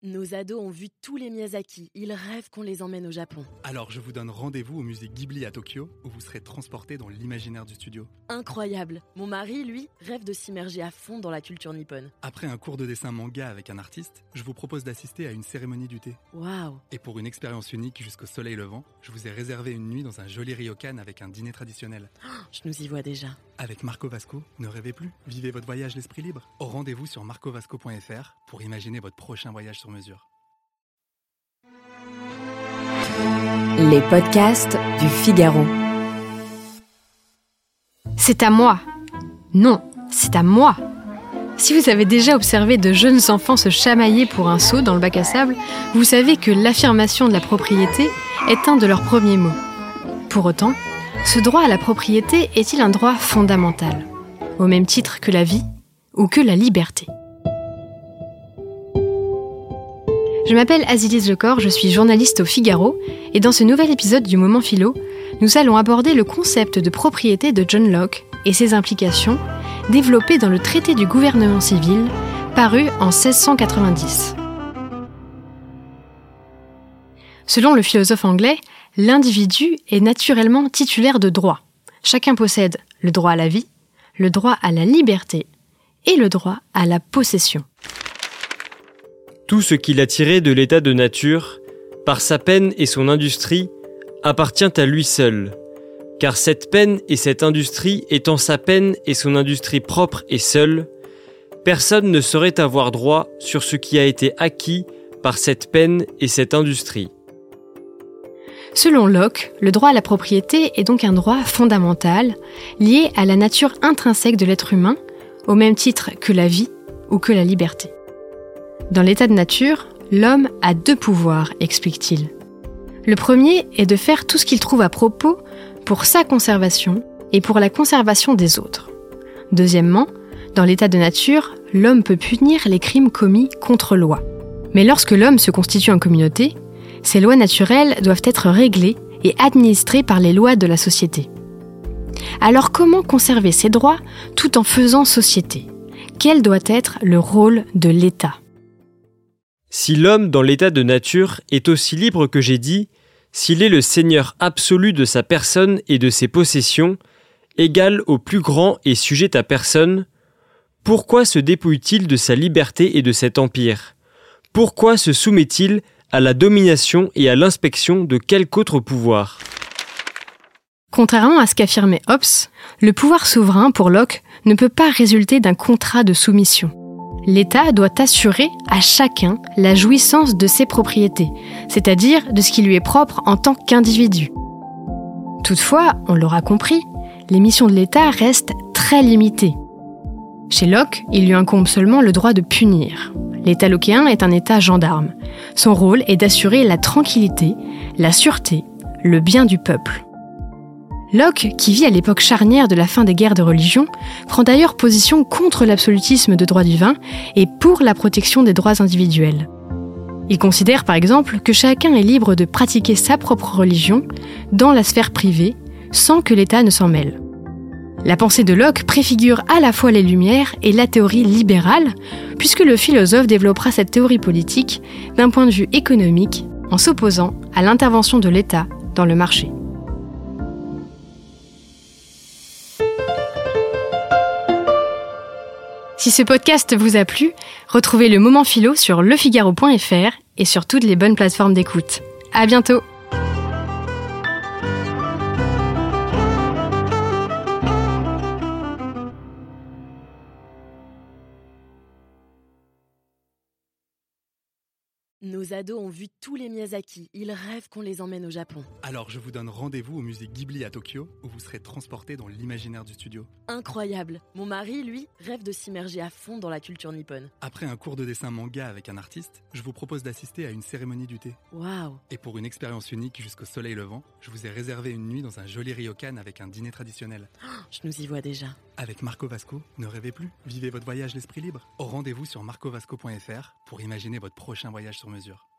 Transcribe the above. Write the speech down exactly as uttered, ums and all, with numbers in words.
Nos ados ont vu tous les Miyazaki. Ils rêvent qu'on les emmène au Japon. Alors je vous donne rendez-vous au musée Ghibli à Tokyo, où vous serez transportés dans l'imaginaire du studio. Incroyable. Mon mari, lui, rêve de s'immerger à fond dans la culture nippone. Après un cours de dessin manga avec un artiste, je vous propose d'assister à une cérémonie du thé. Waouh. Et pour une expérience unique jusqu'au soleil levant, je vous ai réservé une nuit dans un joli ryokan avec un dîner traditionnel. Oh, je nous y vois déjà. Avec Marco Vasco, ne rêvez plus, vivez votre voyage l'esprit libre. Au rendez-vous sur marco vasco point f r pour imaginer votre prochain voyage sur mesure. Les podcasts du Figaro. C'est à moi. Non, c'est à moi. Si vous avez déjà observé de jeunes enfants se chamailler pour un seau dans le bac à sable, vous savez que l'affirmation de la propriété est un de leurs premiers mots. Pour autant, ce droit à la propriété est-il un droit fondamental, au même titre que la vie ou que la liberté ? Je m'appelle Azilise Lecor, je suis journaliste au Figaro, et dans ce nouvel épisode du Moment Philo, nous allons aborder le concept de propriété de John Locke et ses implications, développé dans le traité du gouvernement civil, paru en seize cent quatre-vingt-dix. Selon le philosophe anglais, l'individu est naturellement titulaire de droits. Chacun possède le droit à la vie, le droit à la liberté et le droit à la possession. Tout ce qu'il a tiré de l'état de nature, par sa peine et son industrie, appartient à lui seul. Car cette peine et cette industrie étant sa peine et son industrie propre et seule, personne ne saurait avoir droit sur ce qui a été acquis par cette peine et cette industrie. Selon Locke, le droit à la propriété est donc un droit fondamental, lié à la nature intrinsèque de l'être humain, au même titre que la vie ou que la liberté. Dans l'état de nature, l'homme a deux pouvoirs, explique-t-il. Le premier est de faire tout ce qu'il trouve à propos pour sa conservation et pour la conservation des autres. Deuxièmement, dans l'état de nature, l'homme peut punir les crimes commis contre loi. Mais lorsque l'homme se constitue en communauté, ces lois naturelles doivent être réglées et administrées par les lois de la société. Alors comment conserver ces droits tout en faisant société ? Quel doit être le rôle de l'État ? Si l'homme dans l'état de nature est aussi libre que j'ai dit, s'il est le seigneur absolu de sa personne et de ses possessions, égal au plus grand et sujet à personne, pourquoi se dépouille-t-il de sa liberté et de cet empire ? Pourquoi se soumet-il à la domination et à l'inspection de quelque autre pouvoir ? Contrairement à ce qu'affirmait Hobbes, le pouvoir souverain pour Locke ne peut pas résulter d'un contrat de soumission. L'État doit assurer à chacun la jouissance de ses propriétés, c'est-à-dire de ce qui lui est propre en tant qu'individu. Toutefois, on l'aura compris, les missions de l'État restent très limitées. Chez Locke, il lui incombe seulement le droit de punir. L'État lockéen est un État gendarme. Son rôle est d'assurer la tranquillité, la sûreté, le bien du peuple. Locke, qui vit à l'époque charnière de la fin des guerres de religion, prend d'ailleurs position contre l'absolutisme de droit divin et pour la protection des droits individuels. Il considère par exemple que chacun est libre de pratiquer sa propre religion dans la sphère privée, sans que l'État ne s'en mêle. La pensée de Locke préfigure à la fois les Lumières et la théorie libérale, puisque le philosophe développera cette théorie politique d'un point de vue économique en s'opposant à l'intervention de l'État dans le marché. Si ce podcast vous a plu, retrouvez le Moment Philo sur lefigaro point f r et sur toutes les bonnes plateformes d'écoute. À bientôt! Nos ados ont vu tous les Miyazaki. Ils rêvent qu'on les emmène au Japon. Alors je vous donne rendez-vous au musée Ghibli à Tokyo, où vous serez transportés dans l'imaginaire du studio. Incroyable. Mon mari, lui, rêve de s'immerger à fond dans la culture nippone. Après un cours de dessin manga avec un artiste, je vous propose d'assister à une cérémonie du thé. Waouh. Et pour une expérience unique jusqu'au soleil levant, je vous ai réservé une nuit dans un joli ryokan avec un dîner traditionnel. Oh, je nous y vois déjà. Avec Marco Vasco, ne rêvez plus, vivez votre voyage l'esprit libre. Au rendez-vous sur marco vasco point f r pour imaginer votre prochain voyage sur mesure.